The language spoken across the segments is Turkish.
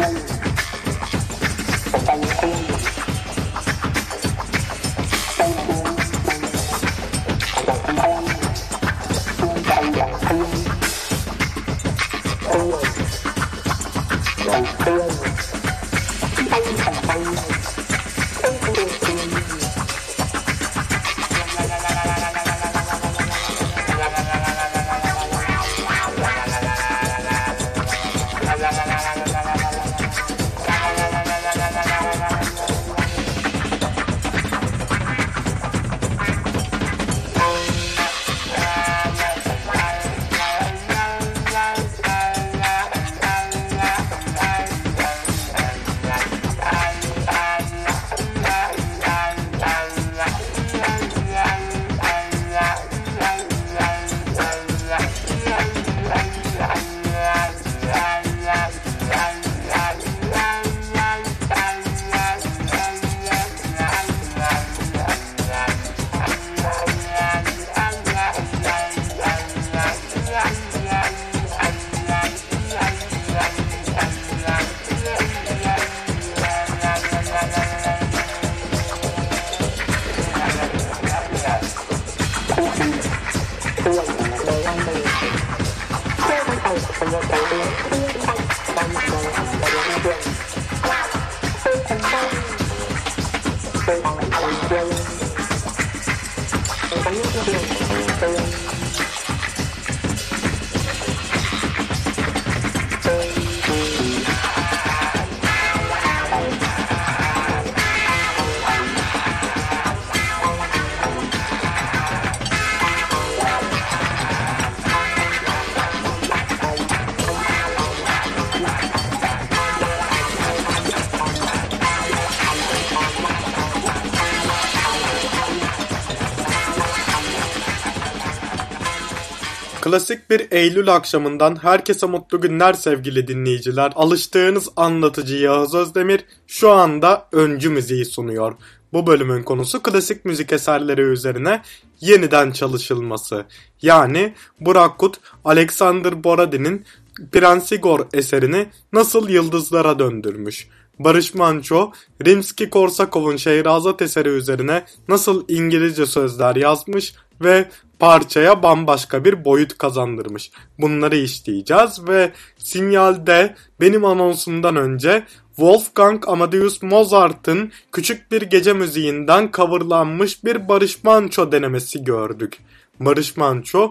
Klasik bir Eylül akşamından herkese mutlu günler sevgili dinleyiciler. Alıştığınız anlatıcı Yağız Özdemir şu anda öncü müziği sunuyor. Bu bölümün konusu klasik müzik eserleri üzerine yeniden çalışılması. Yani Burak Kut, Alexander Borodin'in Prens Igor eserini nasıl yıldızlara döndürmüş? Barış Manço, Rimski-Korsakov'un Şehrazat eseri üzerine nasıl İngilizce sözler yazmış ve parçaya bambaşka bir boyut kazandırmış. Bunları işleyeceğiz ve Sinyal'de benim anonsumdan önce Wolfgang Amadeus Mozart'ın Küçük Bir Gece müziğinden coverlanmış bir Barış Manço denemesi gördük. Barış Manço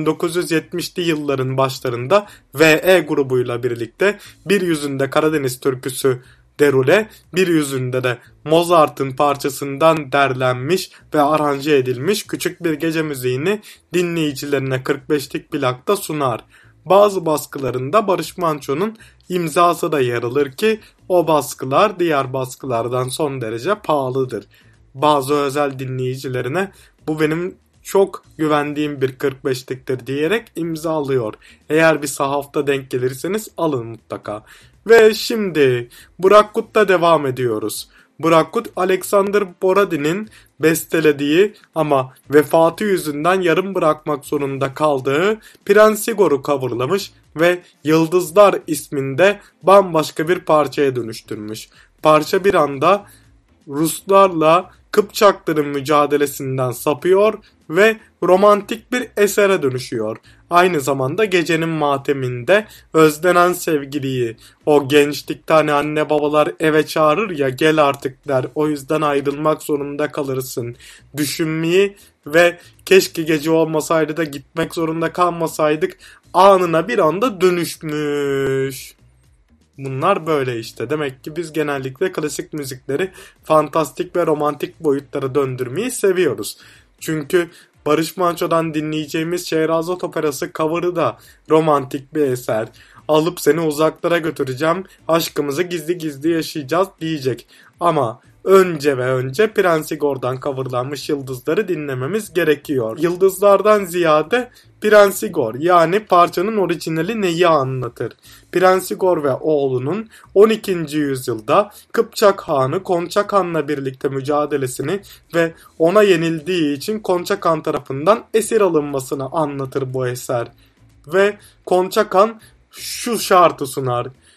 1970'li yılların başlarında V.E. grubuyla birlikte bir yüzünde Karadeniz türküsü Derule, bir yüzünde de Mozart'ın parçasından derlenmiş ve aranje edilmiş Küçük Bir Gece müziğini dinleyicilerine 45'lik plakta sunar. Bazı baskılarında Barış Manço'nun imzası da yer alır ki o baskılar diğer baskılardan son derece pahalıdır. Bazı özel dinleyicilerine bu benim çok güvendiğim bir 45'liktir diyerek imzalıyor. Eğer bir sahafta denk gelirseniz alın mutlaka. Ve şimdi Burak Kut'ta devam ediyoruz. Burak Kut, Alexander Borodin'in bestelediği ama vefatı yüzünden yarım bırakmak zorunda kaldığı Prens Igor'u coverlamış ve Yıldızlar isminde bambaşka bir parçaya dönüştürmüş. Parça bir anda Ruslarla Kıpçakların mücadelesinden sapıyor ve romantik bir esere dönüşüyor. Aynı zamanda gecenin mateminde özlenen sevgiliyi, o gençlikte hani anne babalar eve çağırır ya gel artık der, o yüzden ayrılmak zorunda kalırsın düşünmeyi ve keşke gece olmasaydı da gitmek zorunda kalmasaydık anına bir anda dönüşmüş. Bunlar böyle işte. Demek ki biz genellikle klasik müzikleri fantastik ve romantik boyutlara döndürmeyi seviyoruz. Çünkü Barış Manço'dan dinleyeceğimiz Şehrazat Operası cover'ı da romantik bir eser. Alıp seni uzaklara götüreceğim, aşkımızı gizli gizli yaşayacağız diyecek. Ama önce Prens Igor'dan coverlanmış Yıldızları dinlememiz gerekiyor. Yıldızlardan ziyade Prens Igor, yani parçanın orijinali neyi anlatır? Prens Igor ve oğlunun 12. yüzyılda Kıpçak Hanı Konçak Han'la birlikte mücadelesini ve ona yenildiği için Konçak Han tarafından esir alınmasını anlatır bu eser. Ve Konçak Han şu şartı sunar: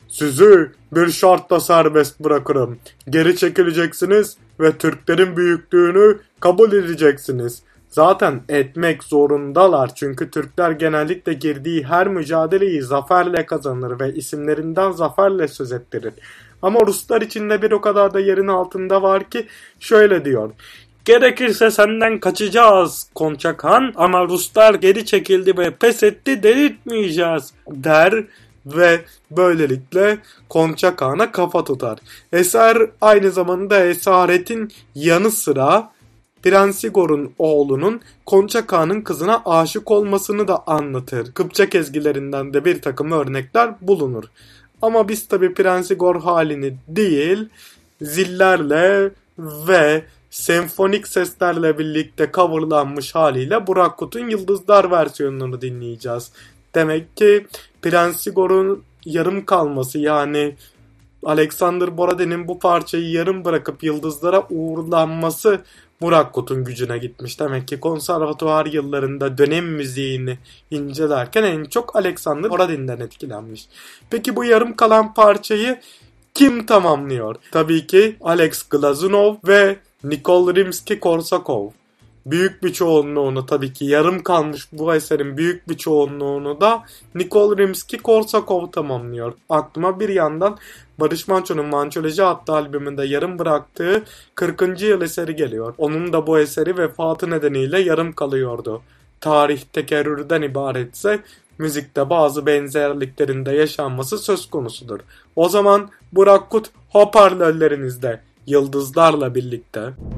Sizi bir şartla serbest bırakırım. Geri çekileceksiniz ve Türklerin büyüklüğünü kabul edeceksiniz. Zaten etmek zorundalar çünkü Türkler genellikle girdiği her mücadeleyi zaferle kazanır ve isimlerinden zaferle söz ettirir. Ama Ruslar içinde bir o kadar da yerin altında var ki şöyle diyor. Gerekirse senden kaçacağız Konçak Han ama Ruslar geri çekildi ve pes etti delirtmeyeceğiz der ve böylelikle Konçak Han'a kafa tutar. Eser aynı zamanda esaretin yanı sıra Prens Igor'un oğlunun Konçak Han'ın kızına aşık olmasını da anlatır. Kıpçak ezgilerinden de bir takım örnekler bulunur. Ama biz tabi Prens Igor halini değil, zillerle ve senfonik seslerle birlikte coverlanmış haliyle Burak Kut'un Yıldızlar versiyonunu dinleyeceğiz. Demek ki Prens Igor'un yarım kalması, yani Alexander Borodin'in bu parçayı yarım bırakıp yıldızlara uğurlanması Burak Kut'un gücüne gitmiş. Demek ki konservatuvar yıllarında dönem müziğini incelerken en çok Alexander Borodin'den etkilenmiş. Peki bu yarım kalan parçayı kim tamamlıyor? Tabii ki Alex Glazunov ve Nikol Rimski-Korsakov. Büyük bir çoğunluğunu, tabii ki yarım kalmış bu eserin büyük bir çoğunluğunu da Nikol Rimski-Korsakov tamamlıyor. Aklıma bir yandan Barış Manço'nun Mançoloji adlı albümünde yarım bıraktığı 40. yıl eseri geliyor. Onun da bu eseri vefatı nedeniyle yarım kalıyordu. Tarih tekerrürden ibaretse müzikte bazı benzerliklerin de yaşanması söz konusudur. O zaman Burak Kut hoparlörlerinizde Yıldızlarla birlikte.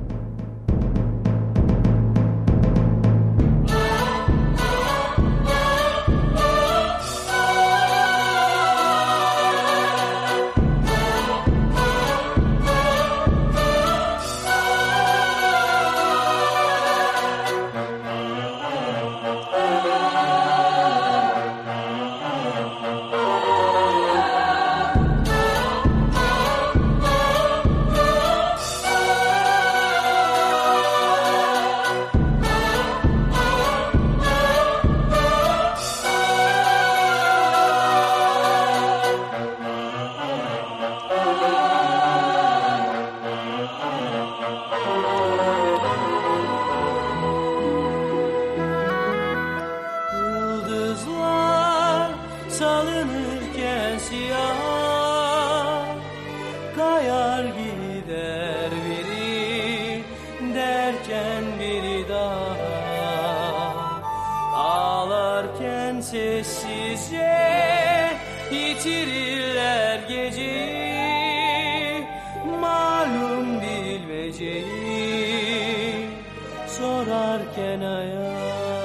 salınırken siyah kayar gider biri derken biri daha ağlarken sessizce yitirirler geceyi malum bilmeceyi sorarken aya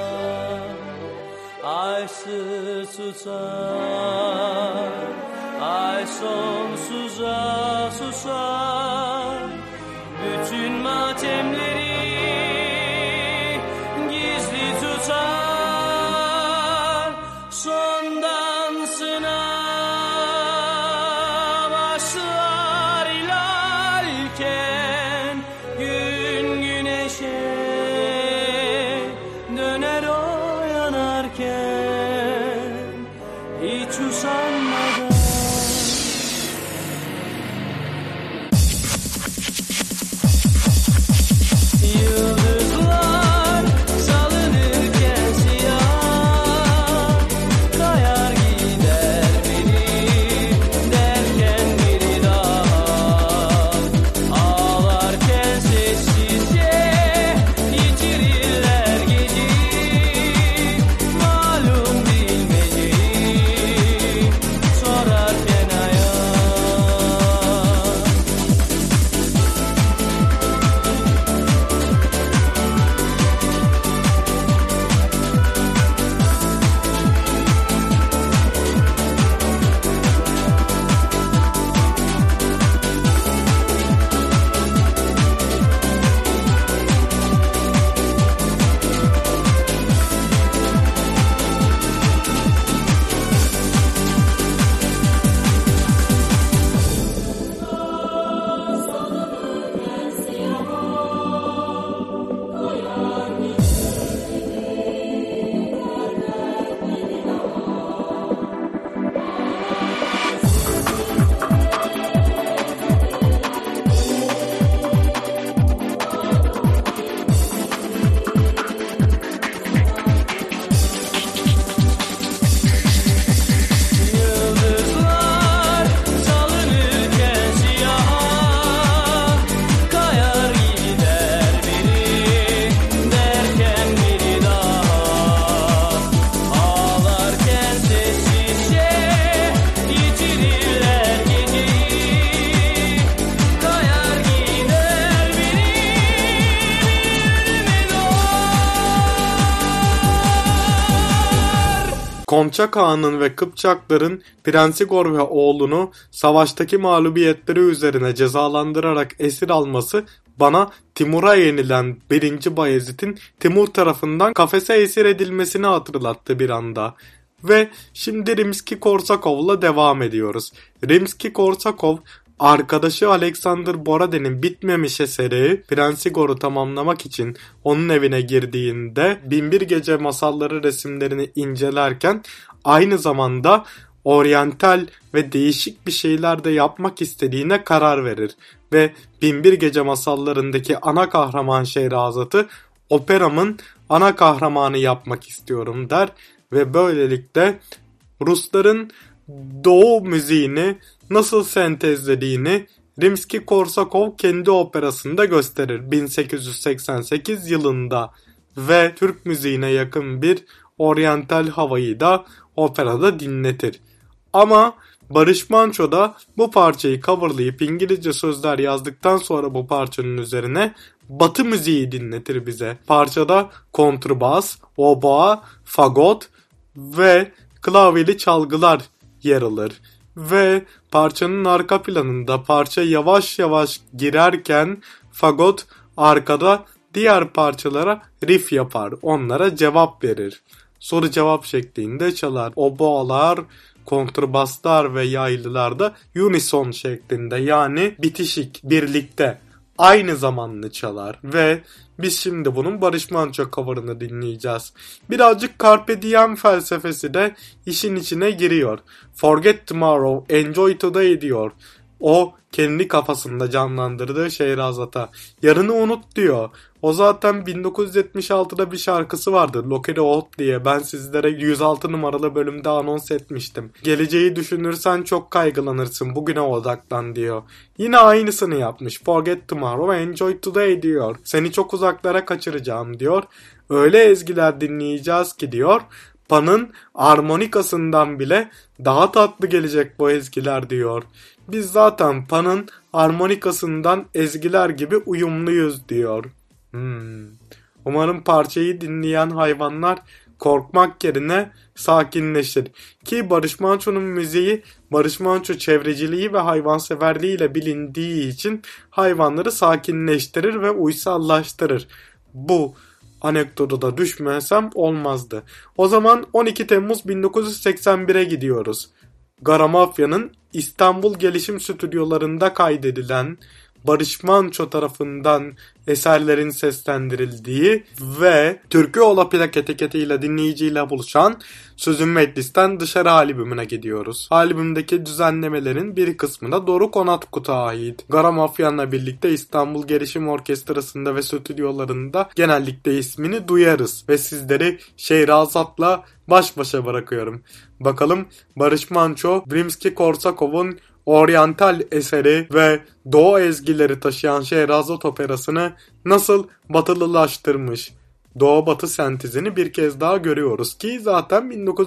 aysız susar, ay sonsuza susar, bütün matemleri gizli tutar, son dansına başlar ilerken gün güneşe döner o yanarken hiç usanmadan. Konçak Ağa'nın ve Kıpçakların Prens Igor ve oğlunu savaştaki mağlubiyetleri üzerine cezalandırarak esir alması bana Timur'a yenilen 1. Bayezid'in Timur tarafından kafese esir edilmesini hatırlattı bir anda. Ve şimdi Rimski-Korsakov'la devam ediyoruz. Rimski-Korsakov arkadaşı Alexander Borodin'in bitmemiş eseri Prens Igor'u tamamlamak için onun evine girdiğinde Binbir Gece Masalları resimlerini incelerken aynı zamanda oryantal ve değişik bir şeyler de yapmak istediğine karar verir ve Binbir Gece Masallarındaki ana kahraman Şehrazat'ı operamın ana kahramanı yapmak istiyorum der ve böylelikle Rusların Doğu müziğini nasıl sentezlediğini Rimski-Korsakov kendi operasında gösterir 1888 yılında ve Türk müziğine yakın bir oryantal havayı da operada dinletir. Ama Barış Manço da bu parçayı coverlayıp İngilizce sözler yazdıktan sonra bu parçanın üzerine Batı müziği dinletir bize. Parçada kontrbas, oboa, fagot ve klavyeli çalgılar yer alır. Ve parçanın arka planında parça yavaş yavaş girerken fagot arkada diğer parçalara riff yapar. Onlara cevap verir. Soru cevap şeklinde çalar. Oboalar, kontrbaslar ve yaylılar da unison şeklinde yani bitişik, birlikte, aynı zamanlı çalar. Ve biz şimdi bunun Barış Manço cover'ını dinleyeceğiz. Birazcık Carpe Diem felsefesi de işin içine giriyor. Forget tomorrow, enjoy today diyor. O kendi kafasında canlandırdığı Şehrazat'a. Yarını unut diyor. O zaten 1976'da bir şarkısı vardı. Lokere Old diye. Ben sizlere 106 numaralı bölümde anons etmiştim. Geleceği düşünürsen çok kaygılanırsın. Bugüne odaklan diyor. Yine aynısını yapmış. Forget tomorrow, enjoy today diyor. Seni çok uzaklara kaçıracağım diyor. Öyle ezgiler dinleyeceğiz ki diyor. Pan'ın armonikasından bile daha tatlı gelecek bu ezgiler diyor. Biz zaten Pan'ın armonikasından ezgiler gibi uyumluyuz diyor. Umarım parçayı dinleyen hayvanlar korkmak yerine sakinleşir. Ki Barış Manço'nun müziği, Barış Manço çevreciliği ve hayvanseverliğiyle bilindiği için hayvanları sakinleştirir ve uysallaştırır. Bu anekdotu da düşmesem olmazdı. O zaman 12 Temmuz 1981'e gidiyoruz. Garamafya'nın İstanbul Gelişim Stüdyolarında kaydedilen Barış Manço tarafından eserlerin seslendirildiği ve Türkü Ola plak etiketiyle dinleyiciyle buluşan Sözüm Meclis'ten Dışarı albümüne gidiyoruz. Albümdeki düzenlemelerin bir kısmına Doruk Onatkut'a ait. Garamafyan'la birlikte İstanbul Gelişim Orkestrası'nda ve stüdyolarında genellikle ismini duyarız ve sizleri Şehrazat'la baş başa bırakıyorum. Bakalım Barış Manço, Rimski-Korsakov'un oryantal eseri ve Doğu ezgileri taşıyan Şehrazat operasını nasıl batılılaştırmış. Doğu-Batı sentezini bir kez daha görüyoruz ki zaten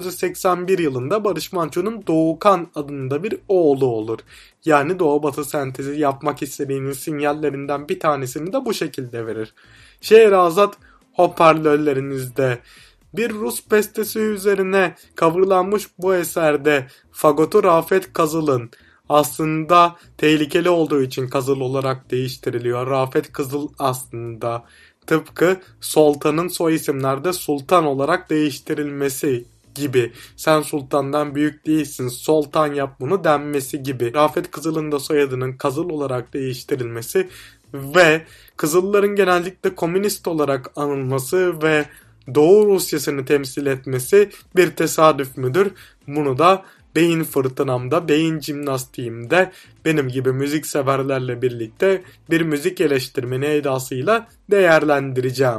1981 yılında Barış Manço'nun Doğukan adında bir oğlu olur. Yani Doğu-Batı sentezi yapmak istediğinin sinyallerinden bir tanesini de bu şekilde verir. Şehrazat hoparlörlerinizde. Bir Rus bestesi üzerine coverlanmış bu eserde fagotu Rafet Kızıl'ın aslında tehlikeli olduğu için Kızıl olarak değiştiriliyor. Rafet Kızıl aslında tıpkı Sultan'ın soy isimlerde Sultan olarak değiştirilmesi gibi. Sen sultandan büyük değilsin, Sultan yap bunu denmesi gibi. Rafet Kızıl'ın da soyadının Kızıl olarak değiştirilmesi ve Kızılların genellikle komünist olarak anılması ve Doğu Rusyasını temsil etmesi bir tesadüf müdür? Bunu da beyin fırtınamda, beyin jimnastiğimde benim gibi müzik severlerle birlikte bir müzik eleştirmeni edasıyla değerlendireceğim.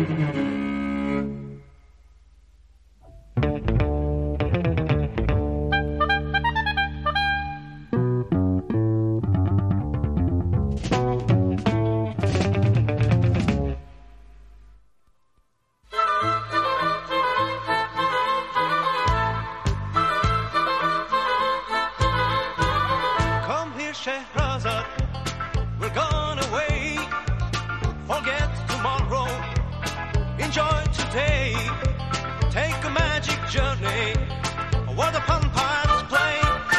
Shehrazad, we're gone away. Forget tomorrow, enjoy today. Take a magic journey where the fun parts play.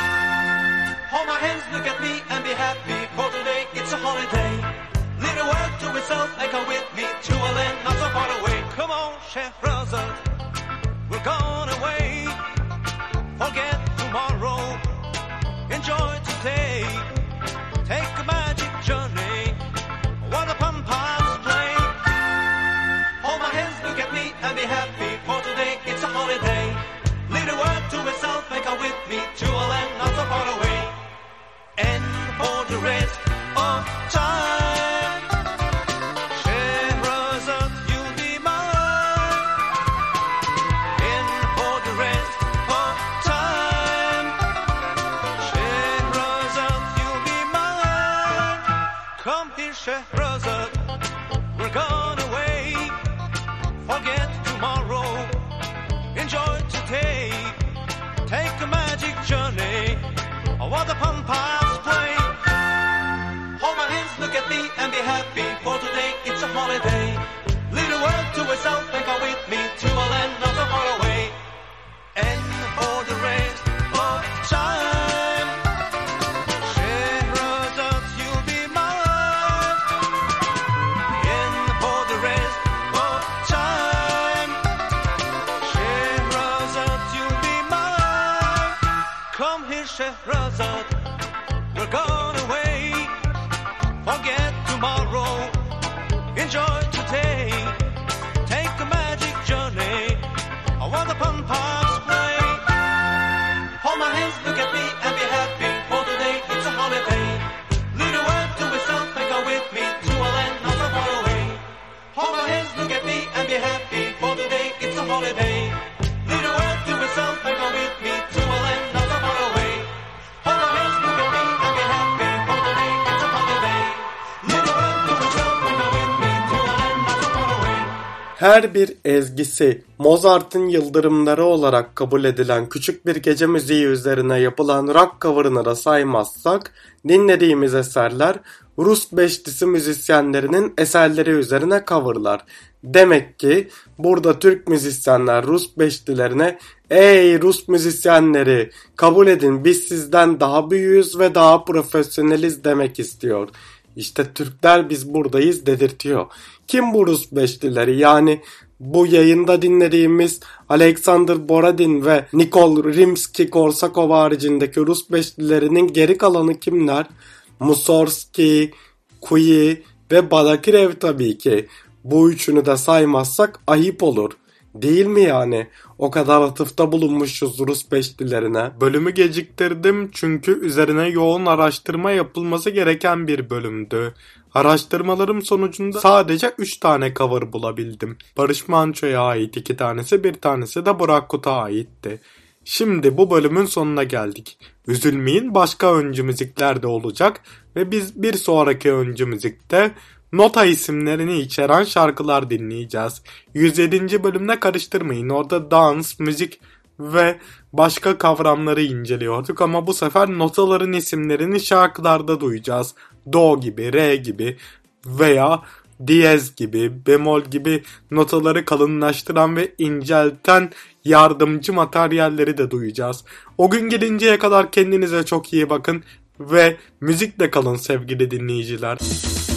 Hold my hands, look at me and be happy, for today it's a holiday. Little word to itself, and come with me to a land not so far away. Come on, Shehrazad, we're gone away. Forget tomorrow, enjoy today. Take a magic journey where the fun parts play. Hold my hands, look at me and be happy, for today it's a holiday. Little word to itself, and come with me to a land not so far away. And for the rest of time, Shehrazad, you'll be mine. And for the rest of time, Shehrazad, you'll be mine. Come here, Shehrazad, we're gone away. Forget tomorrow, enjoy today. Take a magic journey while the fun parts play. Hold my hands, look at me and be happy, for today it's a holiday. Little word to itself, and come with me to a land not so far away. And for the rest of time, Shehrazad, you'll be mine. And for the rest of time, Shehrazad, you'll be mine. Come here, Shehrazad, we're gone away. Forget tomorrow, enjoy today. Take a magic journey while the fun parts play. Hold my hands, look at me and be happy, for today it's a holiday. Little word to itself, and go with me to a land not so far away. Hold my hands, look at me and be happy, for today it's a holiday. Little word to itself, and go with me to a land not so far away. Hold my hands, look at me and be happy, for today it's a holiday. Little word to itself, and go with me to a land not so far away. Her bir ezgisi Mozart'ın Yıldırımları olarak kabul edilen Küçük Bir Gece Müziği üzerine yapılan rock cover'ını da saymazsak, dinlediğimiz eserler Rus beşlisi müzisyenlerinin eserleri üzerine coverlar. Demek ki burada Türk müzisyenler Rus beşlilerine "Ey Rus müzisyenleri, kabul edin, biz sizden daha büyüğüz ve daha profesyoneliz" demek istiyor. İşte Türkler biz buradayız dedirtiyor. Kim bu Rus beşlileri? Yani bu yayında dinlediğimiz Alexander Borodin ve Nikol Rimski-Korsakov haricindeki Rus beşlilerinin geri kalanı kimler? Mussorgsky, Kuyi ve Balakirev tabii ki. Bu üçünü de saymazsak ayıp olur. Değil mi yani? O kadar atıfta bulunmuşuz Rus beşlilerine. Bölümü geciktirdim çünkü üzerine yoğun araştırma yapılması gereken bir bölümdü. Araştırmalarım sonucunda sadece 3 tane cover bulabildim. Barış Manço'ya ait 2 tanesi, bir tanesi de Burak Kut'a aitti. Şimdi bu bölümün sonuna geldik. Üzülmeyin, başka öncü müzikler de olacak ve biz bir sonraki öncü müzikte nota isimlerini içeren şarkılar dinleyeceğiz. 107. bölümle karıştırmayın. Orada dans, müzik ve başka kavramları inceliyorduk ama bu sefer notaların isimlerini şarkılarda duyacağız. Do gibi, re gibi veya diyez gibi, bemol gibi notaları kalınlaştıran ve incelten yardımcı materyalleri de duyacağız. O gün gelinceye kadar kendinize çok iyi bakın ve müzikle kalın sevgili dinleyiciler.